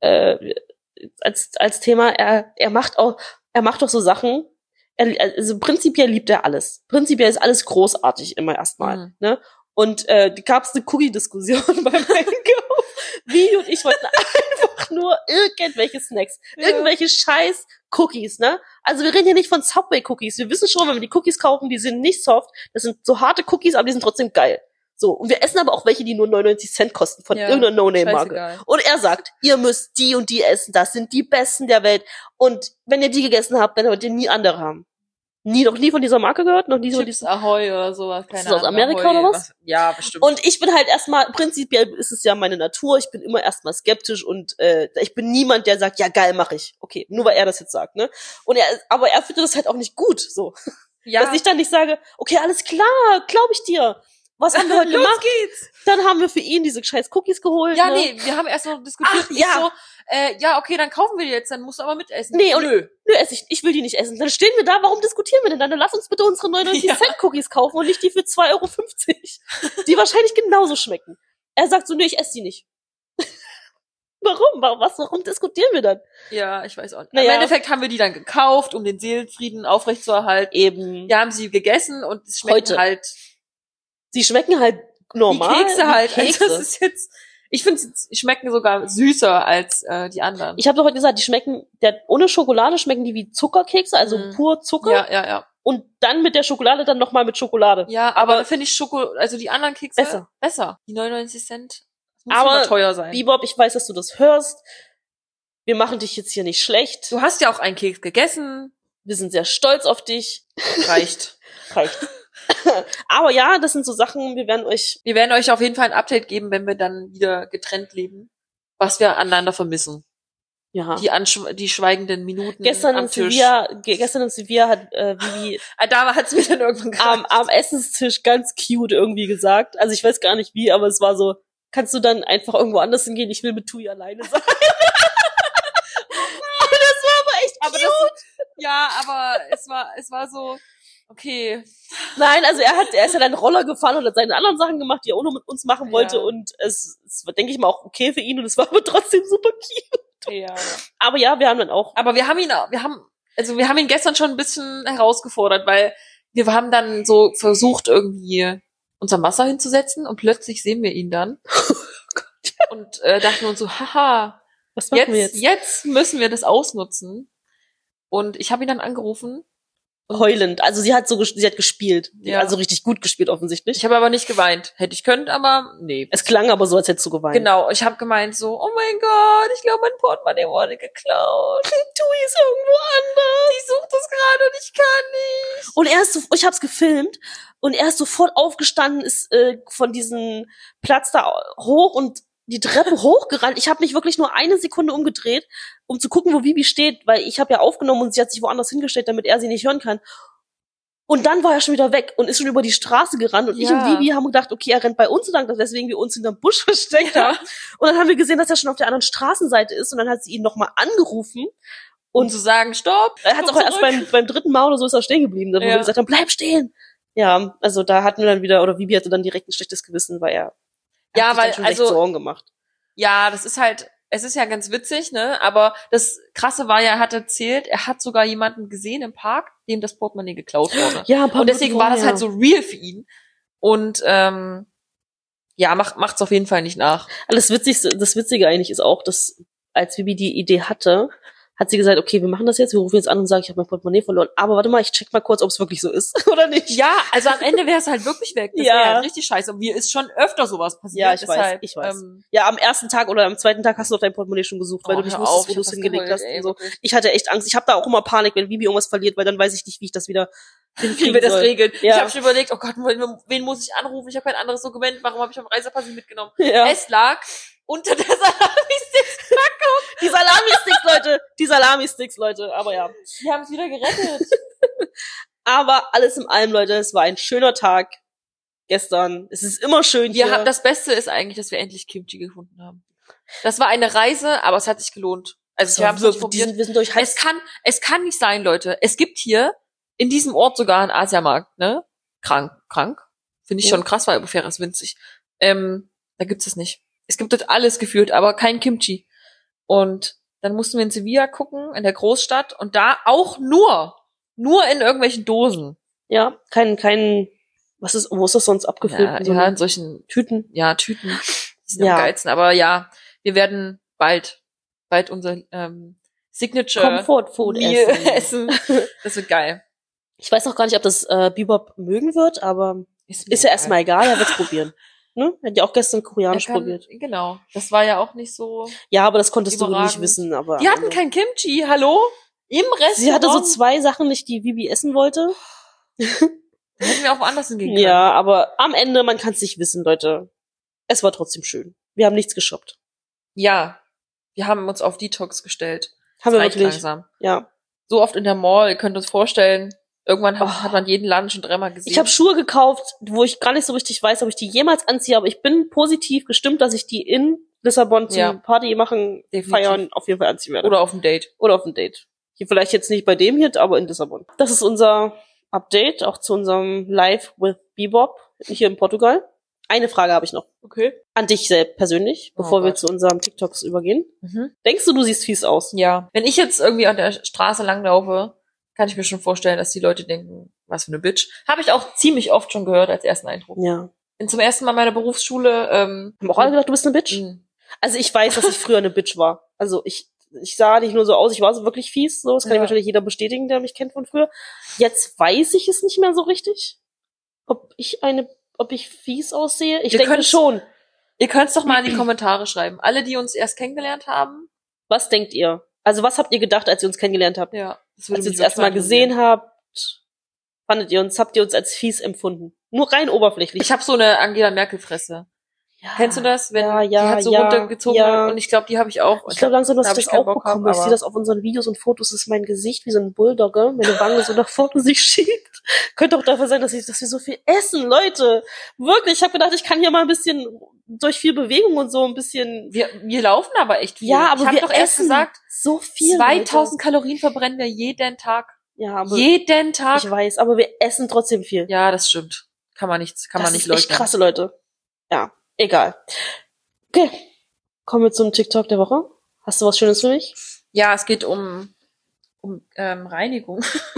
Als Thema, er macht auch so Sachen. Also prinzipiell liebt er alles. Prinzipiell ist alles großartig immer erstmal. Ne? Und gab es eine Cookie-Diskussion beim Einkauf. Wie und ich wollten einfach nur irgendwelche Snacks, irgendwelche scheiß Cookies, ne? Also wir reden hier nicht von Subway-Cookies. Wir wissen schon, wenn wir die Cookies kaufen, die sind nicht soft. Das sind so harte Cookies, aber die sind trotzdem geil. So, und wir essen aber auch welche, die nur 99 Cent kosten von irgendeiner No-Name-Marke. Und er sagt, ihr müsst die und die essen, das sind die besten der Welt. Und wenn ihr die gegessen habt, dann wollt ihr nie andere haben. Noch nie von dieser Marke gehört? Noch nie Chips von diesem Ahoy oder sowas. Keine Ahnung. Ist das aus Amerika Ahoy, oder was? Ja, bestimmt. Und ich bin halt erstmal, prinzipiell ist es ja meine Natur, ich bin immer erstmal skeptisch und ich bin niemand, der sagt, ja geil, mach ich. Okay, nur weil er das jetzt sagt, ne? Aber er findet das halt auch nicht gut, so. Ja. Dass ich dann nicht sage, okay, alles klar, glaub ich dir. Was haben wir heute gemacht? Geht's. Dann haben wir für ihn diese scheiß Cookies geholt. Ja, ne? nee, wir haben erst noch diskutiert. Ja. Ja, okay, dann kaufen wir die jetzt, dann musst du aber mitessen. Nee, nö, esse ich. Ich will die nicht essen. Dann stehen wir da, warum diskutieren wir denn dann? Dann lass uns bitte unsere 99 Cent Cookies kaufen und nicht die für 2,50 €. Die wahrscheinlich genauso schmecken. Er sagt so, nee, ich esse die nicht. Warum? Warum diskutieren wir dann? Ja, ich weiß auch nicht. Im Endeffekt haben wir die dann gekauft, um den Seelenfrieden aufrechtzuerhalten. Eben. Wir haben sie gegessen und es schmecken halt. Sie schmecken halt normal. Die Kekse halt. Kekse. Also das ist jetzt, ich finde, sie schmecken sogar süßer als die anderen. Ich habe doch heute gesagt, die schmecken, ohne Schokolade schmecken die wie Zuckerkekse, also pur Zucker. Ja. Und dann mit der Schokolade dann nochmal mit Schokolade. Ja, aber finde ich also die anderen Kekse besser. Die 99 Cent. Das muss aber teuer sein. Bebop, ich weiß, dass du das hörst. Wir machen dich jetzt hier nicht schlecht. Du hast ja auch einen Keks gegessen. Wir sind sehr stolz auf dich. Reicht. Aber ja, das sind so Sachen, wir werden euch auf jeden Fall ein Update geben, wenn wir dann wieder getrennt leben, was wir aneinander vermissen. Ja. Die schweigenden Minuten gestern am Tisch. Gestern in Sevilla hat Vivi da hat's mir dann irgendwann gesagt. Am Essenstisch ganz cute irgendwie gesagt. Also ich weiß gar nicht wie, aber es war so, kannst du dann einfach irgendwo anders hingehen? Ich will mit Tui alleine sein. Aber das war aber echt cute. Aber es war so, okay. Nein, also er ist ja dann Roller gefahren und hat seine anderen Sachen gemacht, die er auch noch mit uns machen wollte und es war, denke ich mal, auch okay für ihn und es war aber trotzdem super cute. Ja. Aber ja, wir haben dann auch. Aber wir haben ihn gestern schon ein bisschen herausgefordert, weil wir haben dann so versucht, irgendwie uns am Wasser hinzusetzen und plötzlich sehen wir ihn dann. Und dachten uns so, haha, was machen wir jetzt? Jetzt müssen wir das ausnutzen. Und ich habe ihn dann angerufen. Heulend. Also sie hat gespielt. Ja. Also richtig gut gespielt offensichtlich. Ich habe aber nicht geweint. Hätte ich können, aber nee. Es klang aber so, als hättest du geweint. Genau. Ich habe gemeint so, oh mein Gott, ich glaube, mein Portemonnaie wurde geklaut. Tui ist irgendwo anders. Ich suche das gerade und ich kann nicht. Und ich hab's gefilmt und er ist sofort aufgestanden, ist von diesem Platz da hoch und die Treppe hochgerannt. Ich habe mich wirklich nur eine Sekunde umgedreht, um zu gucken, wo Vivi steht, weil ich habe ja aufgenommen und sie hat sich woanders hingestellt, damit er sie nicht hören kann. Und dann war er schon wieder weg und ist schon über die Straße gerannt und ich und Vivi haben gedacht, okay, er rennt bei uns lang, deswegen wir uns hinterm Busch versteckt haben. Und dann haben wir gesehen, dass er schon auf der anderen Straßenseite ist und dann hat sie ihn nochmal angerufen. Und zu sagen, stopp. Er hat auch erst beim dritten Mal oder so ist er stehen geblieben, wo wir gesagt haben, bleib stehen. Ja, also da hatten wir dann wieder, oder Vivi hatte dann direkt ein schlechtes Gewissen, weil er hat sich dann schon echt Sorgen gemacht. Ja, das ist halt, es ist ja ganz witzig, ne? Aber das Krasse war ja, er hat erzählt, er hat sogar jemanden gesehen im Park, dem das Portemonnaie geklaut wurde. Ja, ein paar und deswegen war das halt so real für ihn. Und macht's auf jeden Fall nicht nach. Das Witzige eigentlich ist auch, dass als Vivi die Idee hatte, hat sie gesagt, okay, wir machen das jetzt, wir rufen jetzt an und sagen, ich habe mein Portemonnaie verloren. Aber warte mal, ich check mal kurz, ob es wirklich so ist oder nicht. Ja, also am Ende wäre es halt wirklich weg. Das wäre halt richtig scheiße. Und mir ist schon öfter sowas passiert. Ja, ich weiß. Ja, am ersten Tag oder am zweiten Tag hast du noch dein Portemonnaie schon gesucht, weil du nicht wusstest, wo du es hingelegt hast. Und so. Ich hatte echt Angst. Ich habe da auch immer Panik, wenn Vivi irgendwas verliert, weil dann weiß ich nicht, wie ich das wieder hinkriegen soll. Regeln. Ja. Ich habe schon überlegt, oh Gott, wen muss ich anrufen? Ich habe kein anderes Dokument. Warum habe ich mein Reisepass nicht mitgenommen? Ja. Es lag unter der Salami-Sticks-Packung. Die Salami-Sticks, Leute. Aber ja. Die haben es wieder gerettet. Aber alles in allem, Leute, es war ein schöner Tag. gestern. Es ist immer schön hier. Das Beste ist eigentlich, dass wir endlich Kimchi gefunden haben. Das war eine Reise, aber es hat sich gelohnt. Also wir haben es probiert. Wir sind durch es kann nicht sein, Leute. Es gibt hier in diesem Ort sogar einen Asiamarkt, ne? Krank. Finde ich schon krass, weil Albufeira ist winzig. Da gibt's es nicht. Es gibt dort alles gefühlt, aber kein Kimchi. Und dann mussten wir in Sevilla gucken, in der Großstadt, und da auch nur in irgendwelchen Dosen. Ja, wo ist das sonst abgefüllt? Ja, in solchen Tüten. Ja, Tüten. Die sind am geilsten. Aber ja, wir werden bald unser Signature Comfort Food essen. Das wird geil. Ich weiß noch gar nicht, ob das Bebop mögen wird, aber ist ja erstmal egal, er wird's probieren. Ne? Er hat ja auch gestern koreanisch probiert. Genau. Das war ja auch nicht so. Ja, aber das konntest du nicht wissen. Aber die hatten kein Kimchi, hallo? Im Restaurant. Sie hatte so 2 Sachen nicht, die Vivi essen wollte. Da hätten wir auch woanders hingehen können. Ja, aber am Ende, man kann es nicht wissen, Leute. Es war trotzdem schön. Wir haben nichts geshoppt. Ja. Wir haben uns auf Detox gestellt. Haben wir wirklich? Langsam. Ja. So oft in der Mall, ihr könnt uns vorstellen, irgendwann hat man jeden Laden schon 3-mal gesehen. Ich habe Schuhe gekauft, wo ich gar nicht so richtig weiß, ob ich die jemals anziehe, aber ich bin positiv gestimmt, dass ich die in Lissabon zum Party machen, feiern, auf jeden Fall anziehen werde. Oder auf dem Date. Hier vielleicht jetzt nicht bei dem hier, aber in Lissabon. Das ist unser Update, auch zu unserem Live with Bebop hier in Portugal. Eine Frage habe ich noch. Okay. An dich selbst persönlich, bevor wir zu unserem TikToks übergehen. Denkst du siehst fies aus? Ja. Wenn ich jetzt irgendwie an der Straße langlaufe, kann ich mir schon vorstellen, dass die Leute denken, was für eine Bitch. Habe ich auch ziemlich oft schon gehört als ersten Eindruck. Ja. Bin zum ersten Mal in meiner Berufsschule. Haben auch alle gedacht, du bist eine Bitch? Also ich weiß, dass ich früher eine Bitch war. Also ich sah nicht nur so aus, ich war so wirklich fies. So, das kann wahrscheinlich jeder bestätigen, der mich kennt von früher. Jetzt weiß ich es nicht mehr so richtig, ob ich fies aussehe. Ich denke schon. Ihr könnt's doch mal in die Kommentare schreiben. Alle, die uns erst kennengelernt haben. Was denkt ihr? Also was habt ihr gedacht, als ihr uns kennengelernt habt? Ja. Als ihr uns erstmal gesehen habt, habt ihr uns als fies empfunden? Nur rein oberflächlich. Ich habe so eine Angela Merkel-Fresse. Ja, kennst du das? Wenn die hat so runtergezogen und ich glaube, die habe ich auch. Ich glaube langsam, dass ich das auch bekomme. Ich sehe das auf unseren Videos und Fotos, ist mein Gesicht wie so ein Bulldogger, meine Wange so nach vorne sich schiebt. Könnte auch dafür sein, dass wir so viel essen, Leute. Wirklich, ich habe gedacht, ich kann hier mal ein bisschen durch viel Bewegung und so ein bisschen. Wir laufen aber echt viel. Ja, aber ich habe doch erst gesagt, so viel. 2000 Kalorien verbrennen wir jeden Tag. Ja, aber jeden Tag. Ich weiß, aber wir essen trotzdem viel. Ja, das stimmt. Kann man nicht leugnen. Das ist echt krasse Leute. Ja. Egal. Okay. Kommen wir zum TikTok der Woche. Hast du was Schönes für mich? Ja, es geht um Reinigung.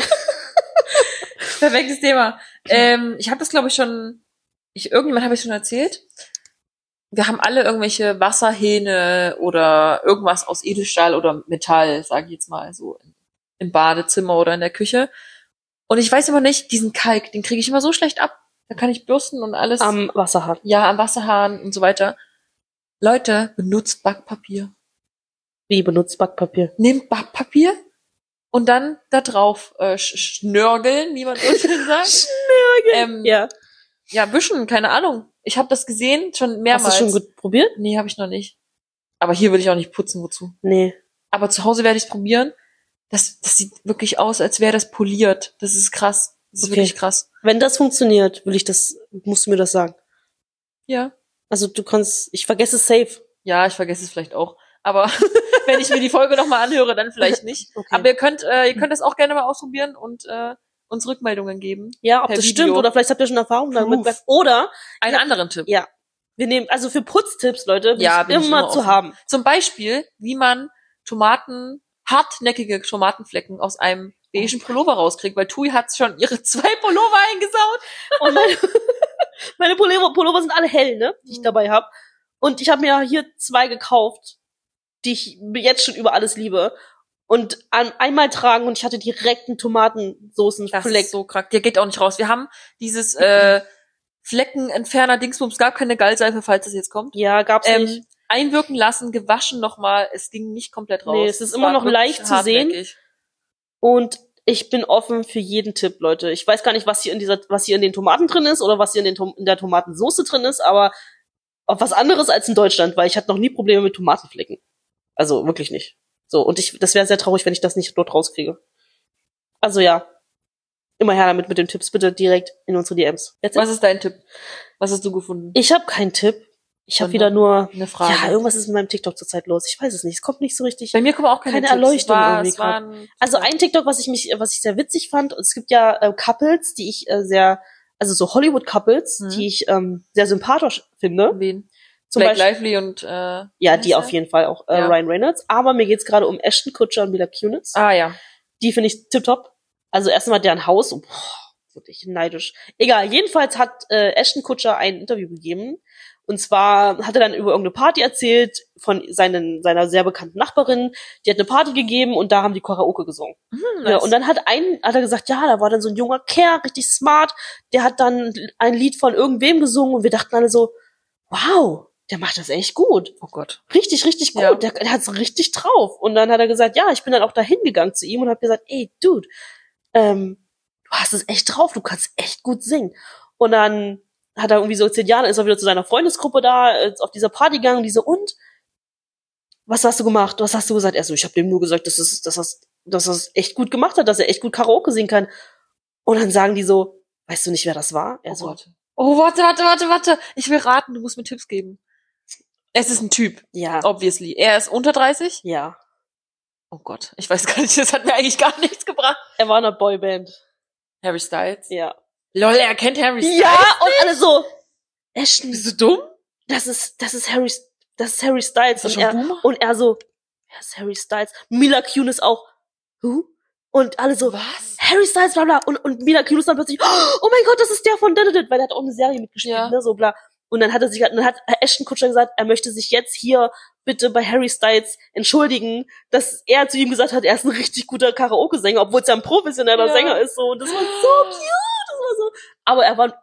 Perfektes Thema. Ich habe das, glaube ich, schon, irgendjemand habe ich schon erzählt. Wir haben alle irgendwelche Wasserhähne oder irgendwas aus Edelstahl oder Metall, sage ich jetzt mal, so im Badezimmer oder in der Küche. Und ich weiß immer nicht, diesen Kalk, den kriege ich immer so schlecht ab. Da kann ich bürsten und alles. Am Wasserhahn. Ja, am Wasserhahn und so weiter. Leute, benutzt Backpapier. Wie benutzt Backpapier? Nehmt Backpapier und dann da drauf schnörgeln, wie man so schön sagt. Schnörgeln. Ja, wischen, keine Ahnung. Ich habe das gesehen, schon mehrmals. Hast du schon gut probiert? Nee, habe ich noch nicht. Aber hier will ich auch nicht putzen, wozu? Nee. Aber zu Hause werde ich es probieren. Das sieht wirklich aus, als wäre das poliert. Das ist krass. Das ist wirklich krass. Wenn das funktioniert, musst du mir das sagen. Ja. Also ich vergesse es safe. Ja, ich vergesse es vielleicht auch. Aber wenn ich mir die Folge nochmal anhöre, dann vielleicht nicht. Okay. Aber ihr könnt das auch gerne mal ausprobieren und uns Rückmeldungen geben. Ja, ob das stimmt oder vielleicht habt ihr schon Erfahrung damit. Oder einen anderen Tipp. Ja. Wir nehmen, also für Putztipps, Leute, bin ich immer zu haben. Zum Beispiel, wie man hartnäckige Tomatenflecken aus einem beigen Pullover rauskriegt, weil Tui hat schon ihre 2 Pullover eingesaut. Und meine Pullover sind alle hell, ne, die ich dabei habe. Und ich habe mir hier 2 gekauft, die ich jetzt schon über alles liebe. Und einmal tragen und ich hatte direkt einen Tomatensoßenfleck. Das ist so krank. Der geht auch nicht raus. Wir haben dieses Fleckenentferner Dingsbums, gab keine Gallseife, falls es jetzt kommt. Ja, gab's nicht. Einwirken lassen, gewaschen nochmal. Es ging nicht komplett raus. Nee, es ist immer noch leicht zu sehen. Und ich bin offen für jeden Tipp, Leute. Ich weiß gar nicht, was hier in den Tomaten drin ist oder was hier in der Tomatensoße drin ist, aber auch was anderes als in Deutschland, weil ich hatte noch nie Probleme mit Tomatenflecken. Also wirklich nicht. So, und das wäre sehr traurig, wenn ich das nicht dort rauskriege. Also ja. immer her damit mit den Tipps, bitte direkt in unsere DMs. Was ist dein Tipp? Was hast du gefunden? Ich habe keinen Tipp. Ich habe wieder nur eine Frage. Ja, irgendwas ist mit meinem TikTok zurzeit los. Ich weiß es nicht. Es kommt nicht so richtig. Bei mir kommen auch keine Erleuchtung irgendwie gerade. Also ein TikTok, was ich sehr witzig fand. Es gibt ja Couples, die ich also so Hollywood-Couples, die ich sehr sympathisch finde. Wen? Zum Blake Beispiel, Lively und ja, die auf jeden Fall auch Ryan Reynolds. Aber mir geht's gerade um Ashton Kutcher und Mila Kunis. Ah ja. Die finde ich tipptopp. Also erstmal deren Haus. Wirklich neidisch. Egal. Jedenfalls hat Ashton Kutcher ein Interview gegeben. Und zwar hat er dann über irgendeine Party erzählt von seiner sehr bekannten Nachbarin. Die hat eine Party gegeben und da haben die Karaoke gesungen. Nice. Ja, und dann hat er gesagt, ja, da war dann so ein junger Kerl, richtig smart. Der hat dann ein Lied von irgendwem gesungen und wir dachten alle so, wow, der macht das echt gut. Oh Gott. Richtig, richtig gut. Ja. Der hat's richtig drauf. Und dann hat er gesagt, ja, ich bin dann auch da hingegangen zu ihm und hab gesagt, ey, Dude, du hast es echt drauf, du kannst echt gut singen. Und dann hat er irgendwie so 10 Jahre, ist er wieder zu seiner Freundesgruppe da, auf dieser Party gegangen, die so, und? Was hast du gemacht? Was hast du gesagt? Er so, ich habe dem nur gesagt, dass er echt gut gemacht hat, dass er echt gut Karaoke singen kann. Und dann sagen die so, weißt du nicht, wer das war? Er so, warte. Ich will raten, du musst mir Tipps geben. Es ist ein Typ. Ja. Obviously. Er ist unter 30? Ja. Oh Gott, ich weiß gar nicht, das hat mir eigentlich gar nichts gebracht. Er war in einer Boyband. Harry Styles? Ja. Lol, er kennt Harry Styles. Ja, und alle so, Ashton. Bist du dumm? Das ist Harry Styles. Ist das Und er so, wer ist Harry Styles? Mila Kunis auch, who? Und alle so, was? Harry Styles, bla bla. Und Mila Kunis dann plötzlich, oh mein Gott, das ist der von Dadadad, weil er hat auch eine Serie mitgespielt, ne, so bla. Und dann hat Ashton Kutcher gesagt, er möchte sich jetzt hier bitte bei Harry Styles entschuldigen, dass er zu ihm gesagt hat, er ist ein richtig guter Karaoke-Sänger, obwohl es ja ein professioneller Sänger ist, so. Und das war so cute. So. Aber er war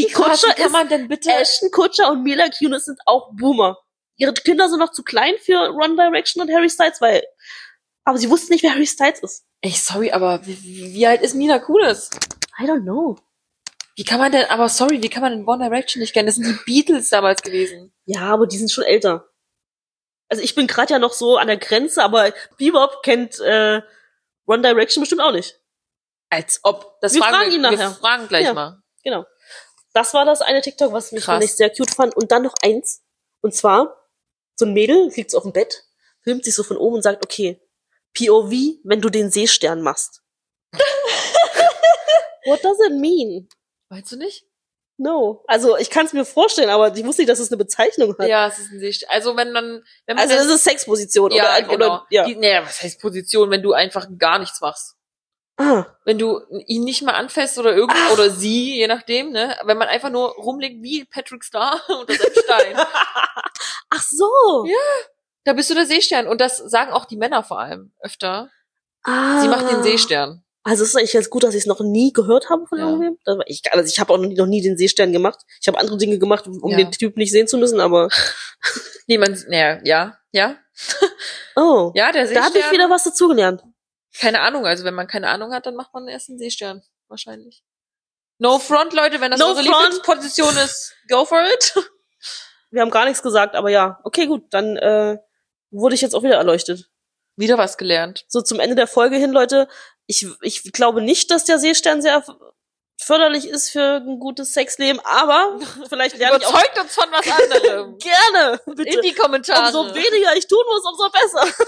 Ashton Kutcher und Mila Kunis sind auch Boomer. Ihre Kinder sind noch zu klein für One Direction und Harry Styles, aber sie wussten nicht, wer Harry Styles ist. Sorry, aber wie alt ist Mila Kunis? I don't know. Wie kann man denn One Direction nicht kennen? Das sind die Beatles damals gewesen. Ja, aber die sind schon älter. Also ich bin gerade ja noch so an der Grenze, aber Bebop kennt One Direction bestimmt auch nicht. Als ob. Wir fragen ihn nachher. Wir fragen gleich mal. Genau. Das war das eine TikTok, was mich sehr cute fand. Und dann noch eins. Und zwar, so ein Mädel liegt auf dem Bett, filmt sich so von oben und sagt, okay, POV, wenn du den Seestern machst. What does it mean? Weißt du nicht? No. Also, ich kann es mir vorstellen, aber ich wusste nicht, dass es eine Bezeichnung hat. Ja, es ist ein Seestern. Also, wenn man also, das ist Sexposition, ja, oder? Ja. Was heißt Position, wenn du einfach gar nichts machst? Wenn du ihn nicht mal anfasst oder oder sie, je nachdem, ne? Wenn man einfach nur rumliegt wie Patrick Star unter seinem Stein. Ach so. Ja. Da bist du der Seestern. Und das sagen auch die Männer vor allem öfter. Sie macht den Seestern. Also es ist eigentlich ganz gut, dass ich es noch nie gehört habe von irgendwem. Ich habe auch noch nie den Seestern gemacht. Ich habe andere Dinge gemacht, um den Typ nicht sehen zu müssen, aber ja. Oh. Ja, der Seestern. Da habe ich wieder was dazugelernt. Keine Ahnung, also wenn man keine Ahnung hat, dann macht man erst einen Seestern. Wahrscheinlich. No front, Leute, wenn das unsere Lieblingsposition ist, go for it. Wir haben gar nichts gesagt, aber ja. Okay, gut, dann wurde ich jetzt auch wieder erleuchtet. Wieder was gelernt. So zum Ende der Folge hin, Leute. Ich glaube nicht, dass der Seestern sehr förderlich ist für ein gutes Sexleben, aber vielleicht lerne ich auch... Überzeugt uns von was anderem. Gerne, bitte. In die Kommentare. Umso weniger ich tun muss, umso besser.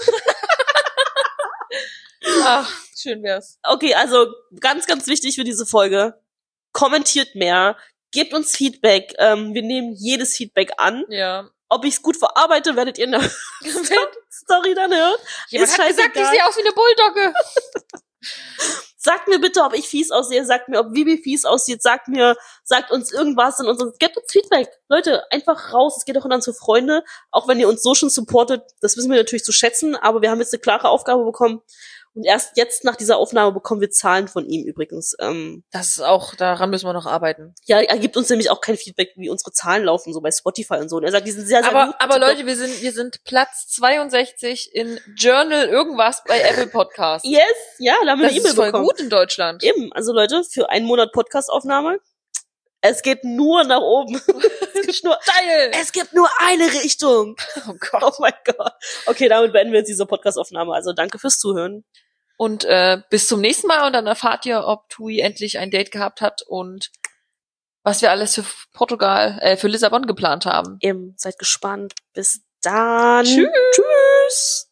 Ach, schön wär's. Okay, also ganz, ganz wichtig für diese Folge. Kommentiert mehr, gebt uns Feedback. Wir nehmen jedes Feedback an. Ja. Ob ich's gut verarbeite, werdet ihr in der Story dann hören. Jemand hat gesagt, ich sehe aus wie eine Bulldogge. Sagt mir bitte, ob ich fies aussehe, sagt mir, ob Vivi fies aussieht, sagt uns irgendwas in uns, gebt uns Feedback. Leute, einfach raus, es geht auch in unsere Freunde, auch wenn ihr uns so schon supportet, das wissen wir natürlich zu schätzen, aber wir haben jetzt eine klare Aufgabe bekommen und erst jetzt nach dieser Aufnahme bekommen wir Zahlen von ihm übrigens. Das ist auch, daran müssen wir noch arbeiten. Ja, er gibt uns nämlich auch kein Feedback, wie unsere Zahlen laufen, so bei Spotify und so. Und er sagt, die sind sehr, sehr gut. Aber Leute, wir sind Platz 62 in Journal irgendwas bei Apple Podcasts. Yes, ja, da haben wir eine E-Mail bekommen. Das ist voll gut in Deutschland. Eben, also Leute, für einen Monat Podcast-Aufnahme, es geht nur nach oben. Es gibt nur eine Richtung. Oh Gott. Oh mein Gott. Okay, damit beenden wir jetzt diese Podcast-Aufnahme. Also danke fürs Zuhören. Und bis zum nächsten Mal und dann erfahrt ihr, ob Tui endlich ein Date gehabt hat und was wir alles für für Lissabon geplant haben. Seid gespannt. Bis dann. Tschüss.